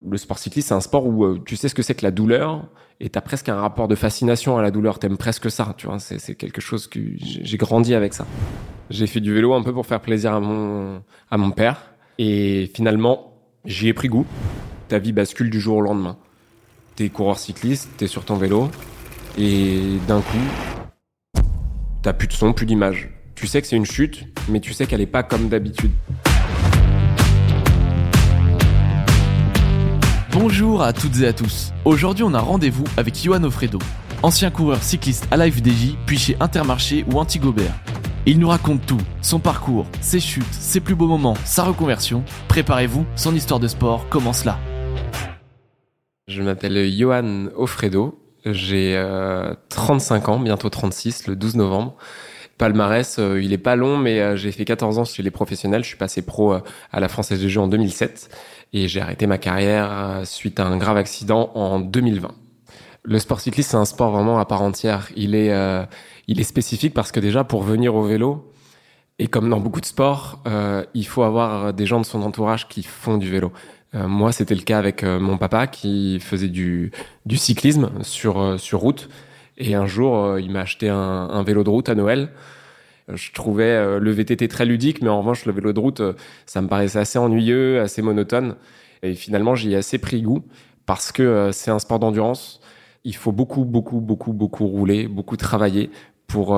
Le sport cycliste, c'est un sport où tu sais ce que c'est que la douleur et t'as presque un rapport de fascination à la douleur. T'aimes presque ça, tu vois. C'est quelque chose que j'ai grandi avec ça. J'ai fait du vélo un peu pour faire plaisir à mon père. Et finalement, j'y ai pris goût. Ta vie bascule du jour au lendemain. T'es coureur cycliste, t'es sur ton vélo. Et d'un coup, t'as plus de son, plus d'image. Tu sais que c'est une chute, mais tu sais qu'elle est pas comme d'habitude. Bonjour à toutes et à tous. Aujourd'hui, on a rendez-vous avec Johan Offredo, ancien coureur cycliste à la FDJ, puis chez Intermarché ou Antigobert. Il nous raconte tout, son parcours, ses chutes, ses plus beaux moments, sa reconversion. Préparez-vous, son histoire de sport commence là. Je m'appelle Johan Offredo, j'ai 35 ans, bientôt 36, le 12 novembre. Palmarès, il est pas long, mais j'ai fait 14 ans chez les professionnels. Je suis passé pro à la Française des Jeux en 2007 et j'ai arrêté ma carrière suite à un grave accident en 2020. Le sport cycliste, c'est un sport vraiment à part entière. Il est spécifique parce que déjà, pour venir au vélo, et comme dans beaucoup de sports, il faut avoir des gens de son entourage qui font du vélo. Moi, c'était le cas avec mon papa qui faisait du cyclisme sur route. Et un jour, il m'a acheté un vélo de route à Noël. Je trouvais le VTT très ludique, mais en revanche, le vélo de route, ça me paraissait assez ennuyeux, assez monotone. Et finalement, j'y ai assez pris goût parce que c'est un sport d'endurance. Il faut beaucoup rouler, beaucoup travailler pour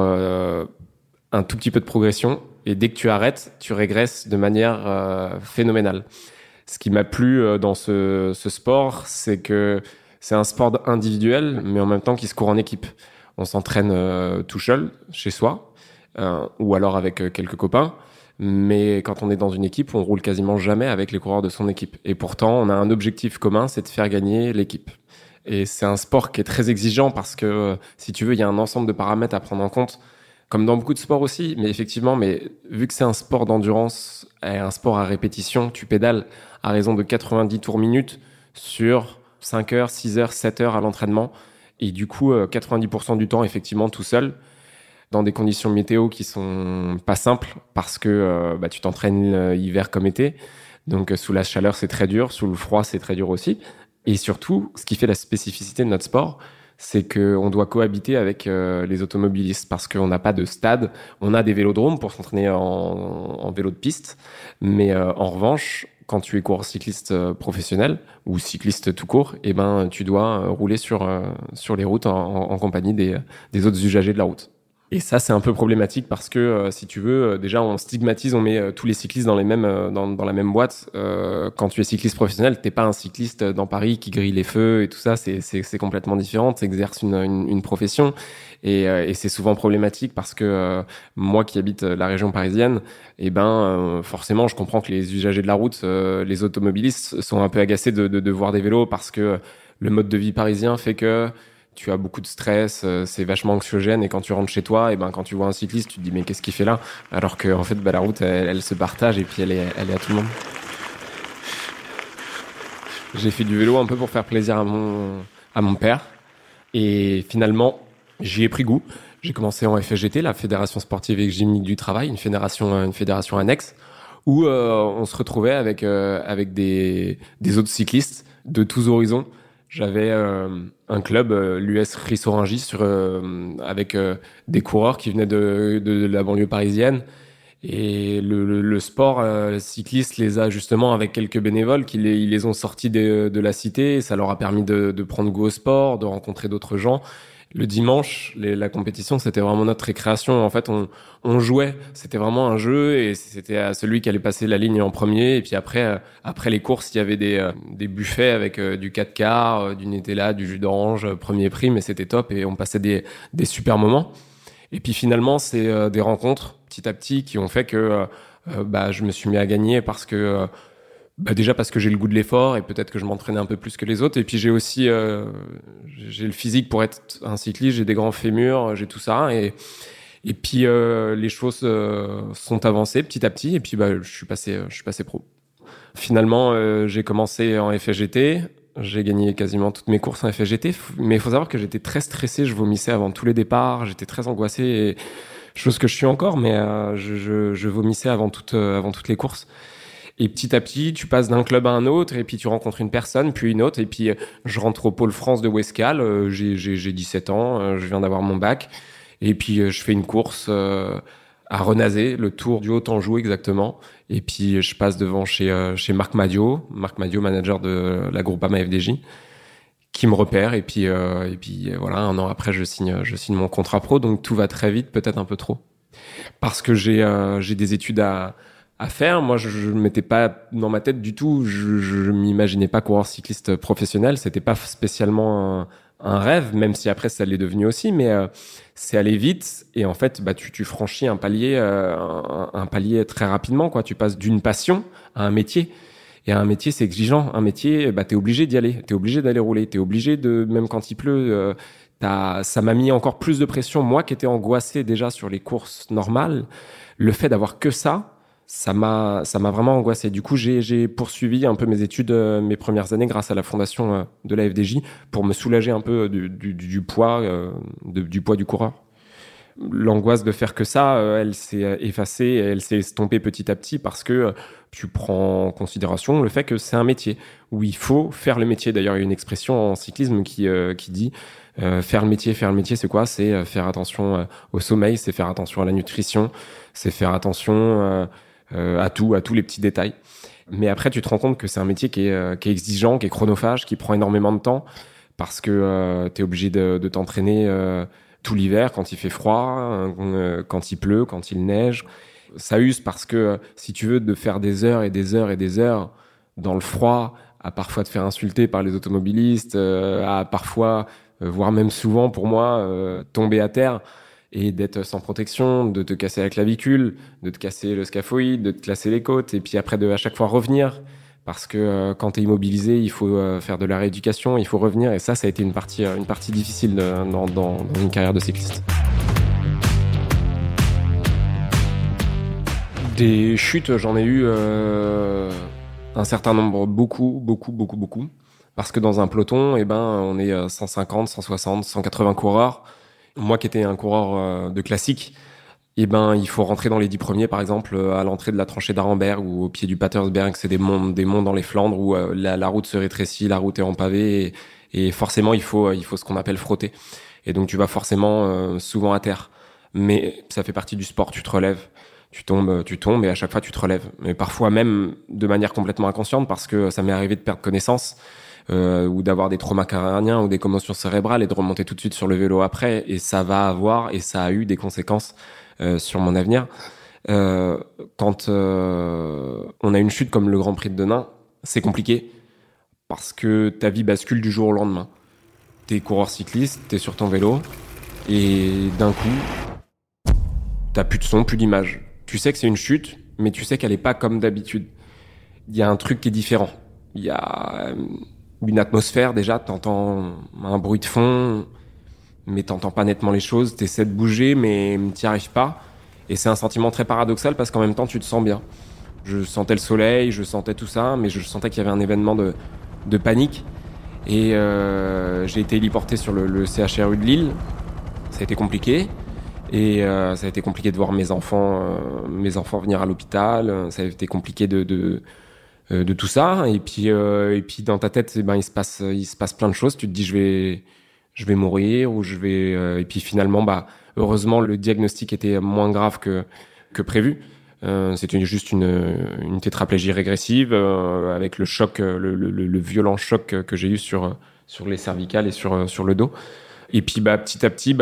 un tout petit peu de progression. Et dès que tu arrêtes, tu régresses de manière phénoménale. Ce qui m'a plu dans ce sport, c'est que c'est un sport individuel, mais en même temps qui se court en équipe. On s'entraîne tout seul, chez soi, ou alors avec quelques copains. Mais quand on est dans une équipe, on roule quasiment jamais avec les coureurs de son équipe. Et pourtant, on a un objectif commun, c'est de faire gagner l'équipe. Et c'est un sport qui est très exigeant parce que, si tu veux, il y a un ensemble de paramètres à prendre en compte, comme dans beaucoup de sports aussi. Mais effectivement, vu que c'est un sport d'endurance et un sport à répétition, tu pédales à raison de 90 tours minutes sur 5 heures, 6 heures, 7 heures à l'entraînement. Et du coup, 90% du temps, effectivement, tout seul, dans des conditions météo qui sont pas simples parce que tu t'entraînes hiver comme été. Donc, sous la chaleur, c'est très dur. Sous le froid, c'est très dur aussi. Et surtout, ce qui fait la spécificité de notre sport, c'est qu'on doit cohabiter avec les automobilistes parce qu'on n'a pas de stade. On a des vélodromes pour s'entraîner en vélo de piste. Mais en revanche, quand tu es coureur cycliste professionnel ou cycliste tout court, tu dois rouler sur les routes en compagnie des autres usagers de la route. Et ça, c'est un peu problématique parce que, si tu veux, déjà, on stigmatise, on met tous les cyclistes dans dans la même boîte. Quand tu es cycliste professionnel, t'es pas un cycliste dans Paris qui grille les feux et tout ça. C'est complètement différent. T'exerces une profession. Et c'est souvent problématique parce que moi qui habite la région parisienne, forcément, je comprends que les usagers de la route, les automobilistes, sont un peu agacés de voir des vélos parce que le mode de vie parisien fait que tu as beaucoup de stress, c'est vachement anxiogène, et quand tu rentres chez toi, quand tu vois un cycliste, tu te dis mais qu'est-ce qu'il fait là ? Alors que en fait, la route, elle se partage et puis elle est à tout le monde. J'ai fait du vélo un peu pour faire plaisir à mon père, et finalement, j'y ai pris goût. J'ai commencé en FSGT, la Fédération sportive et gymnique du travail, une fédération annexe, où on se retrouvait avec des autres cyclistes de tous horizons. J'avais un club, l'US Ris-Orangis, avec des coureurs qui venaient de la banlieue parisienne. Et le sport cycliste les a justement, avec quelques bénévoles, ils les ont sortis de la cité. Et ça leur a permis de prendre goût au sport, de rencontrer d'autres gens. Le dimanche, la compétition, c'était vraiment notre récréation. En fait, on jouait. C'était vraiment un jeu et c'était à celui qui allait passer la ligne en premier. Et puis après les courses, il y avait des buffets avec du 4 quarts, du Nutella, du jus d'orange, premier prix, mais c'était top et on passait des super moments. Et puis finalement, c'est des rencontres petit à petit qui ont fait que je me suis mis à gagner parce que déjà parce que j'ai le goût de l'effort et peut-être que je m'entraînais un peu plus que les autres. Et puis j'ai aussi j'ai le physique pour être un cycliste, j'ai des grands fémurs, j'ai tout ça. Et puis les choses sont avancées petit à petit. Et puis je suis passé pro. Finalement, j'ai commencé en FSGT. J'ai gagné quasiment toutes mes courses en FSGT. Mais il faut savoir que j'étais très stressé. Je vomissais avant tous les départs. J'étais très angoissé. Et chose que je suis encore, mais je vomissais avant toutes les courses. Et petit à petit, tu passes d'un club à un autre, et puis tu rencontres une personne, puis une autre, et puis je rentre au Pôle France de Ouescal, j'ai 17 ans, je viens d'avoir mon bac, et puis je fais une course à Renazé, le Tour du Haut-Anjou exactement, et puis je passe devant chez Marc Madio, manager de la Groupama FDJ, qui me repère, et puis voilà, un an après, je signe mon contrat pro, donc tout va très vite, peut-être un peu trop. Parce que j'ai des études à faire. Moi, je ne mettais pas dans ma tête du tout. Je m'imaginais pas coureur cycliste professionnel. C'était pas spécialement un rêve, même si après ça l'est devenu aussi. Mais c'est allé vite. Et en fait, tu franchis un palier, un palier très rapidement, quoi. Tu passes d'une passion à un métier. Et un métier, c'est exigeant. Un métier, t'es obligé d'y aller. T'es obligé d'aller rouler. T'es obligé même quand il pleut. Ça m'a mis encore plus de pression. Moi, qui étais angoissé déjà sur les courses normales, le fait d'avoir que ça m'a vraiment angoissé. Du coup, j'ai poursuivi un peu mes études, mes premières années grâce à la fondation de la FDJ pour me soulager un peu du poids, du poids du coureur. L'angoisse de faire que ça, elle s'est effacée, elle s'est estompée petit à petit parce que tu prends en considération le fait que c'est un métier où il faut faire le métier. D'ailleurs, il y a une expression en cyclisme qui dit faire le métier, c'est quoi? C'est faire attention au sommeil, c'est faire attention à la nutrition, c'est faire attention à tous les petits détails. Mais après, tu te rends compte que c'est un métier qui est exigeant, qui est chronophage, qui prend énormément de temps parce que tu es obligé de t'entraîner tout l'hiver quand il fait froid, quand il pleut, quand il neige. Ça use parce que si tu veux de faire des heures et des heures et des heures dans le froid, à parfois te faire insulter par les automobilistes, à parfois, voire même souvent pour moi, tomber à terre et d'être sans protection, de te casser la clavicule, de te casser le scaphoïde, de te casser les côtes, et puis après à chaque fois revenir, parce que quand tu es immobilisé, il faut faire de la rééducation, il faut revenir, et ça a été une partie difficile dans une carrière de cycliste. Des chutes, j'en ai eu un certain nombre, beaucoup, parce que dans un peloton, on est 150, 160, 180 coureurs. Moi qui étais un coureur de classique, il faut rentrer dans les 10 premiers, par exemple, à l'entrée de la tranchée d'Arenberg ou au pied du Patersberg. C'est des monts dans les Flandres où la route se rétrécit, la route est en pavé et forcément, il faut ce qu'on appelle frotter. Et donc, tu vas forcément souvent à terre. Mais ça fait partie du sport, tu te relèves. Tu tombes et à chaque fois, tu te relèves. Mais parfois même de manière complètement inconsciente parce que ça m'est arrivé de perdre connaissance. Ou d'avoir des traumas crâniens ou des commotions cérébrales et de remonter tout de suite sur le vélo après, et ça a eu des conséquences sur mon avenir. Quand on a une chute comme le Grand Prix de Denain, c'est compliqué parce que ta vie bascule du jour au lendemain. T'es coureur cycliste, t'es sur ton vélo et d'un coup t'as plus de son, plus d'image. Tu sais que c'est une chute, mais tu sais qu'elle est pas comme d'habitude. Il y a un truc qui est différent. Il y a une atmosphère déjà, t'entends un bruit de fond, mais t'entends pas nettement les choses, t'essaies de bouger, mais t'y arrives pas. Et c'est un sentiment très paradoxal parce qu'en même temps, tu te sens bien. Je sentais le soleil, je sentais tout ça, mais je sentais qu'il y avait un événement de panique. Et j'ai été héliporté sur le CHRU de Lille. Ça a été compliqué. Et ça a été compliqué de voir mes enfants venir à l'hôpital. Ça a été compliqué de tout ça. Et puis dans ta tête, il se passe plein de choses. Tu te dis je vais mourir ou et puis finalement, heureusement, le diagnostic était moins grave que prévu. C'était juste une tétraplégie régressive avec le choc, le violent choc que j'ai eu sur les cervicales et sur le dos. Et puis petit à petit,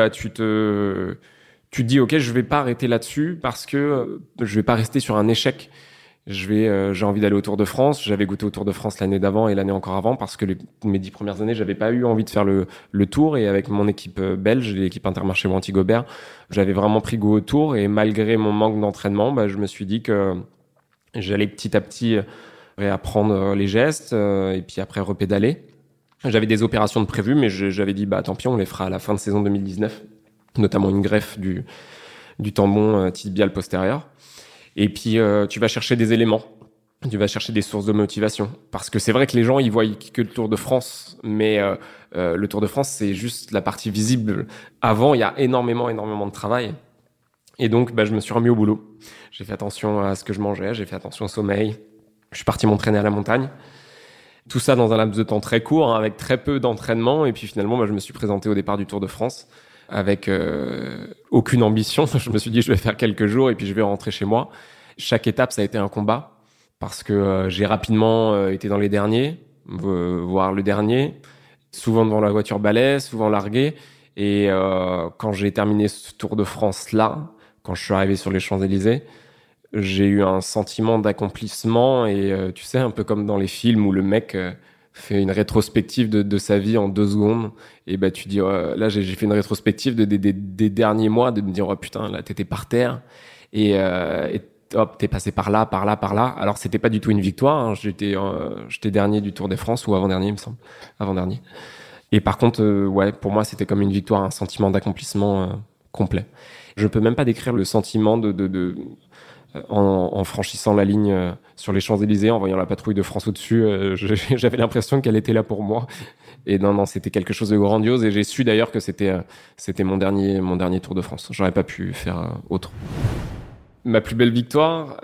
tu te dis ok, je vais pas arrêter là-dessus parce que je vais pas rester sur un échec. J'ai envie d'aller au Tour de France. J'avais goûté au Tour de France l'année d'avant et l'année encore avant parce que mes 10 premières années, j'avais pas eu envie de faire le Tour, et avec mon équipe belge, l'équipe Intermarché Wanty-Gobert, j'avais vraiment pris goût au Tour, et malgré mon manque d'entraînement, je me suis dit que j'allais petit à petit réapprendre les gestes et puis après repédaler. J'avais des opérations de prévues, mais j'avais dit tant pis, on les fera à la fin de saison 2019, notamment une greffe du tendon tibial postérieur. Et puis, tu vas chercher des éléments. Tu vas chercher des sources de motivation. Parce que c'est vrai que les gens, ils voient que le Tour de France. Mais le Tour de France, c'est juste la partie visible. Avant, il y a énormément de travail. Et donc, je me suis remis au boulot. J'ai fait attention à ce que je mangeais. J'ai fait attention au sommeil. Je suis parti m'entraîner à la montagne. Tout ça dans un laps de temps très court, avec très peu d'entraînement. Et puis finalement, je me suis présenté au départ du Tour de France avec aucune ambition. Je me suis dit, je vais faire quelques jours et puis je vais rentrer chez moi. Chaque étape, ça a été un combat parce que j'ai rapidement été dans les derniers, voire le dernier, souvent devant la voiture balai, souvent largué. Et quand j'ai terminé ce Tour de France-là, quand je suis arrivé sur les Champs-Élysées, j'ai eu un sentiment d'accomplissement et tu sais, un peu comme dans les films où le mec fait une rétrospective de sa vie en 2 secondes. Et bah tu dis, là j'ai fait une rétrospective des derniers mois, de me dire, oh putain, là t'étais par terre et hop, t'es passé par là, par là, par là. Alors c'était pas du tout une victoire, hein. J'étais dernier du Tour de France ou avant-dernier, il me semble. Avant-dernier. Et par contre, ouais, pour moi c'était comme une victoire, un sentiment d'accomplissement complet. Je peux même pas décrire le sentiment en franchissant la ligne sur les Champs-Élysées, en voyant la patrouille de France au-dessus, j'avais l'impression qu'elle était là pour moi. Et non, c'était quelque chose de grandiose. Et j'ai su d'ailleurs que c'était mon dernier Tour de France. J'aurais pas pu faire autre. Ma plus belle victoire,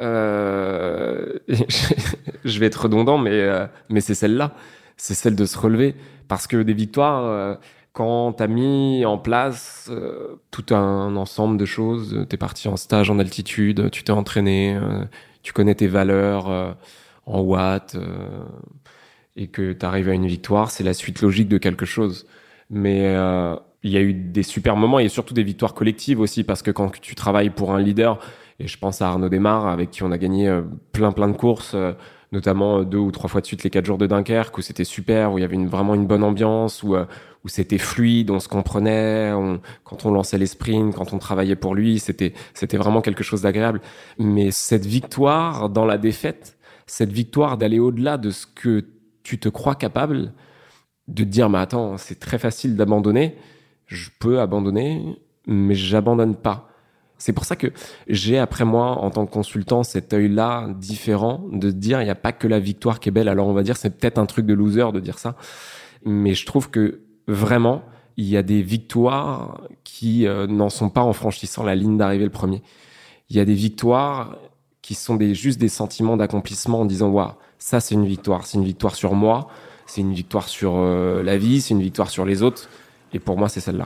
je vais être redondant, mais c'est celle-là. C'est celle de se relever. Parce que des victoires, quand t'as mis en place tout un ensemble de choses, t'es parti en stage en altitude, tu t'es entraîné, tu connais tes valeurs en watts, et que t'arrives à une victoire, c'est la suite logique de quelque chose. Mais il y a eu des super moments et surtout des victoires collectives aussi, parce que quand tu travailles pour un leader, et je pense à Arnaud Démare, avec qui on a gagné plein de courses, notamment 2 ou 3 fois de suite les 4 jours de Dunkerque, où c'était super, où il y avait vraiment une bonne ambiance, où c'était fluide, on se comprenait, quand on lançait les sprints, quand on travaillait pour lui, c'était vraiment quelque chose d'agréable. Mais cette victoire dans la défaite, cette victoire d'aller au-delà de ce que tu te crois capable, de te dire, mais attends, c'est très facile d'abandonner, je peux abandonner, mais j'abandonne pas. C'est pour ça que j'ai, après moi, en tant que consultant, cet œil-là différent de dire, il n'y a pas que la victoire qui est belle. Alors on va dire, c'est peut-être un truc de loser de dire ça, mais je trouve que vraiment, il y a des victoires qui n'en sont pas en franchissant la ligne d'arrivée le premier. Il y a des victoires qui sont juste des sentiments d'accomplissement en disant, waouh, ça c'est une victoire sur moi, c'est une victoire sur la vie, c'est une victoire sur les autres, et pour moi c'est celle-là.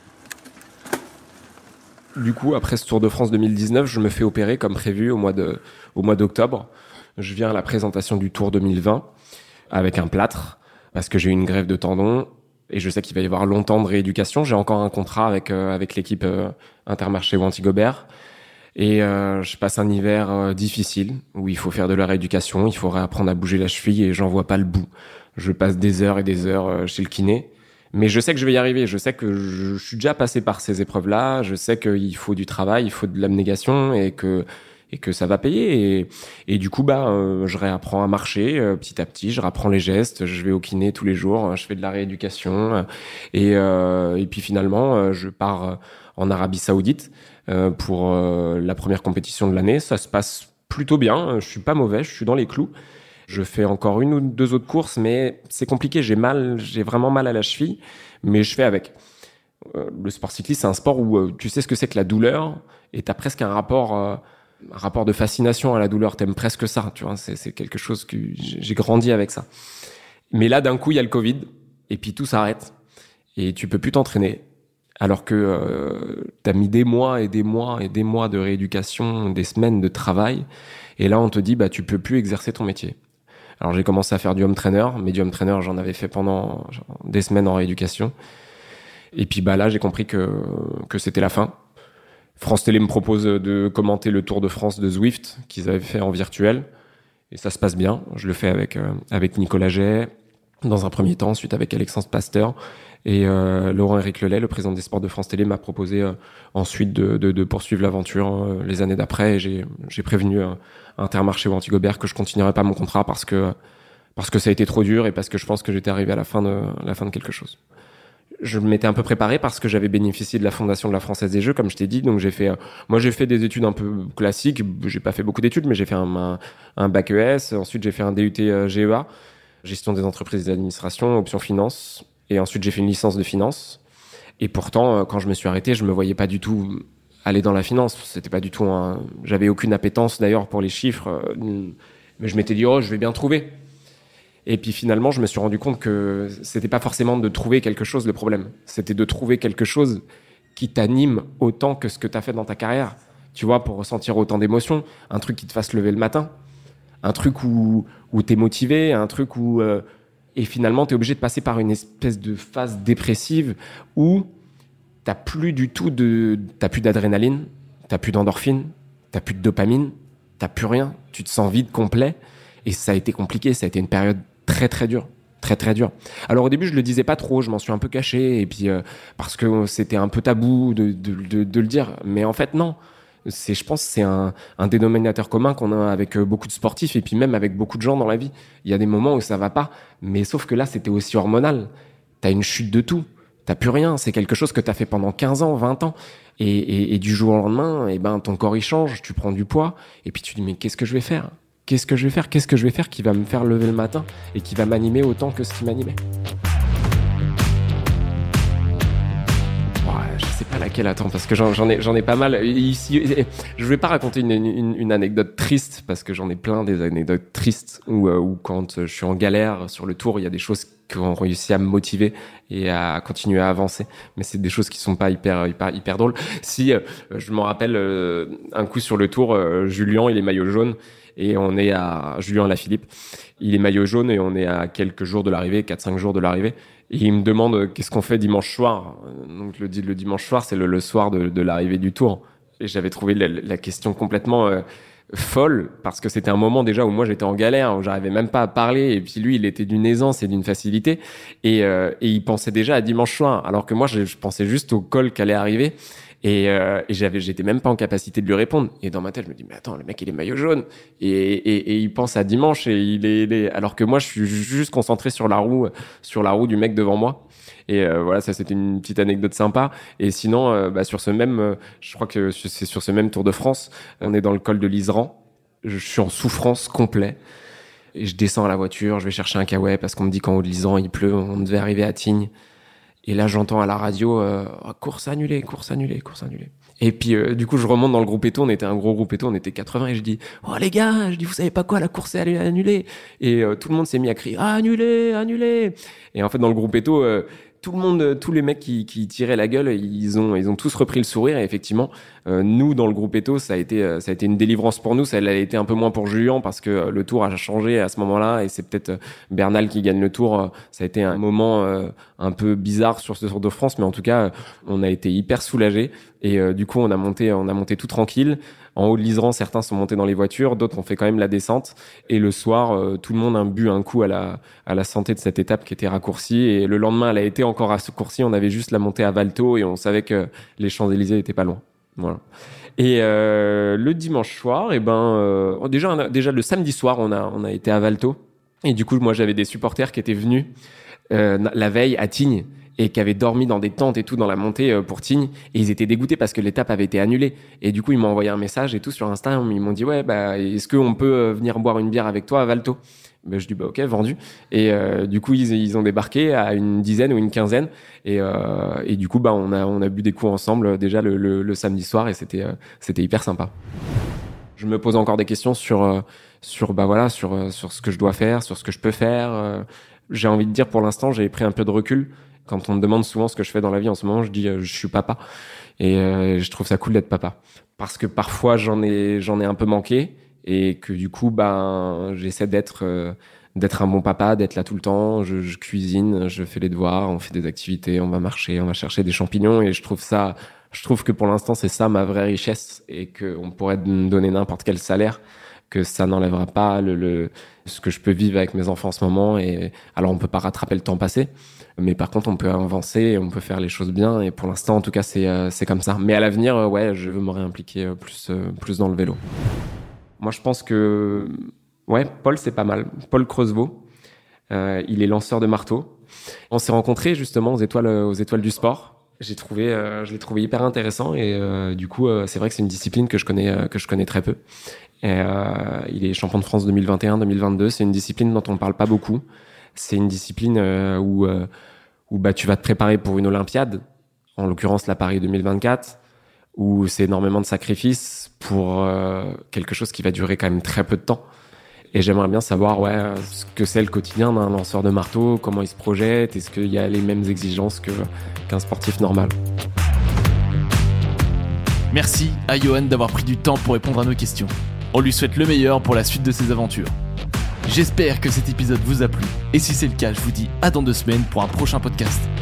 Du coup, après ce Tour de France 2019, je me fais opérer comme prévu au mois d'octobre. Je viens à la présentation du Tour 2020 avec un plâtre parce que j'ai eu une greffe de tendon et je sais qu'il va y avoir longtemps de rééducation. J'ai encore un contrat avec l'équipe Intermarché ou Antigobert et je passe un hiver difficile où il faut faire de la rééducation, il faut réapprendre à bouger la cheville et j'en vois pas le bout. Je passe des heures et des heures chez le kiné. Mais je sais que je vais y arriver. Je sais que je suis déjà passé par ces épreuves-là. Je sais qu'il faut du travail, il faut de l'abnégation et que ça va payer. Et du coup, je réapprends à marcher petit à petit. Je reprends les gestes. Je vais au kiné tous les jours. Je fais de la rééducation. Et puis finalement, je pars en Arabie Saoudite pour la première compétition de l'année. Ça se passe plutôt bien. Je suis pas mauvais. Je suis dans les clous. Je fais encore 1 ou 2 autres courses, mais c'est compliqué. J'ai vraiment mal à la cheville, mais je fais avec. Le sport cycliste, c'est un sport où tu sais ce que c'est que la douleur, et t'as presque un rapport de fascination à la douleur. T'aimes presque ça, tu vois. C'est quelque chose que j'ai grandi avec ça. Mais là, d'un coup, il y a le Covid, et puis tout s'arrête, et tu peux plus t'entraîner. Alors que t'as mis des mois et des mois et des mois de rééducation, des semaines de travail, et là, on te dit, tu peux plus exercer ton métier. Alors j'ai commencé à faire du home trainer, mais du home trainer j'en avais fait pendant des semaines en rééducation. Et puis là j'ai compris que c'était la fin. France Télé me propose de commenter le Tour de France de Zwift qu'ils avaient fait en virtuel. Et ça se passe bien. Je le fais avec Nicolas Jay dans un premier temps, ensuite avec Alexandre Pasteur. Et Laurent-Éric Lelay, le président des sports de France Télé, m'a proposé ensuite de poursuivre l'aventure les années d'après. Et j'ai prévenu Intermarché ou Antigobert que je continuerai pas mon contrat parce que ça a été trop dur et parce que je pense que j'étais arrivé à la fin de quelque chose. Je m'étais un peu préparé parce que j'avais bénéficié de la fondation de la Française des Jeux, comme je t'ai dit. Donc j'ai fait des études un peu classiques. J'ai pas fait beaucoup d'études, mais j'ai fait un bac ES. Ensuite j'ai fait un DUT GEA, gestion des entreprises et de l'administration, option finance. Et ensuite, j'ai fait une licence de finance. Et pourtant, quand je me suis arrêté, je me voyais pas du tout aller dans la finance. C'était pas du tout j'avais aucune appétence, d'ailleurs, pour les chiffres, Mais je m'étais dit, oh, je vais bien trouver. Et puis finalement, je me suis rendu compte que c'était pas forcément de trouver quelque chose le problème. C'était de trouver quelque chose qui t'anime autant que ce que t'as fait dans ta carrière. Tu vois, pour ressentir autant d'émotions. Un truc qui te fasse lever le matin. Un truc où t'es motivé. Un truc où... et finalement, t'es obligé de passer par une espèce de phase dépressive où t'as plus d'adrénaline, t'as plus d'endorphine, t'as plus de dopamine, t'as plus rien. Tu te sens vide, complet. Et ça a été compliqué. Ça a été une période très, très dure. Très, très dur. Alors, au début, je le disais pas trop. Je m'en suis un peu caché. Et puis, parce que c'était un peu tabou de le dire. Mais en fait, non. Je pense que c'est un dénominateur commun qu'on a avec beaucoup de sportifs et puis même avec beaucoup de gens dans la vie. Il y a des moments où ça va pas. Mais sauf que là, c'était aussi hormonal. T'as une chute de tout. T'as plus rien. C'est quelque chose que t'as fait pendant 15 ans, 20 ans. Et du jour au lendemain, ton corps, il change. Tu prends du poids. Et puis, tu dis, mais qu'est-ce que je vais faire ? Qu'est-ce que je vais faire qui va me faire lever le matin et qui va m'animer autant que ce qui m'animait? Je sais pas laquelle, attends, parce que j'en ai pas mal. Ici, je vais pas raconter une anecdote triste, parce que j'en ai plein des anecdotes tristes où quand je suis en galère sur le tour, il y a des choses qui ont réussi à me motiver et à continuer à avancer. Mais c'est des choses qui sont pas hyper drôles. Si, je m'en rappelle, un coup sur le tour, Julien, il est maillot jaune. Et on est à Julien Lafilippe, il est maillot jaune et on est à quelques jours de l'arrivée, 4-5 jours de l'arrivée. Et il me demande qu'est-ce qu'on fait dimanche soir. Donc le dimanche soir, c'est le soir de l'arrivée du tour. Et j'avais trouvé la question complètement folle, parce que c'était un moment déjà où moi j'étais en galère, où j'arrivais même pas à parler. Et puis lui, il était d'une aisance et d'une facilité. Et il pensait déjà à dimanche soir, alors que moi, je pensais juste au col qu'allait arriver. Et j'étais même pas en capacité de lui répondre. Et dans ma tête, je me dis, mais attends, le mec, il est maillot jaune. Et il pense à dimanche et il est, alors que moi, je suis juste concentré sur la roue du mec devant moi. Et voilà, ça, c'était une petite anecdote sympa. Et sinon, sur ce même, je crois que c'est sur ce même Tour de France, on est dans le col de l'Iseran. Je suis en souffrance complète. Et je descends à la voiture, je vais chercher un caouet parce qu'on me dit qu'en haut de l'Iseran, il pleut. On devait arriver à Tignes. Et là, j'entends à la radio, course annulée. Et puis, du coup, je remonte dans le groupe Eto. On était un gros groupe Eto, on était 80. Et je dis, oh les gars, vous savez pas quoi, la course est annulée. Et tout le monde s'est mis à crier, annulé. Et en fait, dans le groupe Eto, tout le monde, tous les mecs qui tiraient la gueule, ils ont tous repris le sourire. Et effectivement, nous, dans le groupe Eto, ça a été une délivrance pour nous. Ça a été un peu moins pour Julien parce que le tour a changé à ce moment-là. Et c'est peut-être Bernal qui gagne le tour. Ça a été un moment un peu bizarre sur ce Tour de France. Mais en tout cas, on a été hyper soulagés. Et du coup, on a monté tout tranquille. En haut de l'Iseran, certains sont montés dans les voitures, d'autres ont fait quand même la descente. Et le soir, tout le monde a bu un coup à la santé de cette étape qui était raccourcie. Et le lendemain, elle a été encore raccourcie. On avait juste la montée à Valto et on savait que les Champs-Élysées étaient pas loin. Voilà. Et le dimanche soir, déjà le samedi soir, on a été à Valto. Et du coup, moi, j'avais des supporters qui étaient venus la veille à Tignes et qui avaient dormi dans des tentes et tout dans la montée pour Tignes, et ils étaient dégoûtés parce que l'étape avait été annulée. Et du coup, ils m'ont envoyé un message et tout sur Insta, ils m'ont dit est-ce qu'on peut venir boire une bière avec toi à Valto? Je dis ok, vendu. Et du coup, ils ont débarqué à une dizaine ou une quinzaine, et du coup, on a bu des coups ensemble déjà le samedi soir, et c'était hyper sympa. Je me pose encore des questions sur ce que je dois faire, sur ce que je peux faire. J'ai envie de dire, pour l'instant, j'ai pris un peu de recul. Quand on me demande souvent ce que je fais dans la vie en ce moment, je dis je suis papa, et je trouve ça cool d'être papa, parce que parfois j'en ai un peu manqué, et que du coup j'essaie d'être un bon papa, d'être là tout le temps. Je cuisine, je fais les devoirs, on fait des activités, on va marcher, on va chercher des champignons, et je trouve que pour l'instant c'est ça ma vraie richesse, et que on pourrait me donner n'importe quel salaire, que ça n'enlèvera pas ce que je peux vivre avec mes enfants en ce moment. Et alors on peut pas rattraper le temps passé, mais par contre on peut avancer, on peut faire les choses bien, et pour l'instant en tout cas c'est comme ça. Mais à l'avenir, je veux me réimpliquer plus dans le vélo. Moi je pense que Paul, c'est pas mal. Paul Creusevaux, il est lanceur de marteau. On s'est rencontrés justement aux étoiles du sport. Je l'ai trouvé hyper intéressant, et du coup c'est vrai que c'est une discipline que je connais très peu. Et il est champion de France 2021-2022. C'est une discipline dont on parle pas beaucoup. C'est une discipline où tu vas te préparer pour une Olympiade, en l'occurrence la Paris 2024, où c'est énormément de sacrifices pour quelque chose qui va durer quand même très peu de temps. Et j'aimerais bien savoir ce que c'est le quotidien d'un lanceur de marteau, comment il se projette, est-ce qu'il y a les mêmes exigences qu'un sportif normal. Merci à Yohan d'avoir pris du temps pour répondre à nos questions. On lui souhaite le meilleur pour la suite de ses aventures. J'espère que cet épisode vous a plu, et si c'est le cas, je vous dis à dans 2 semaines pour un prochain podcast.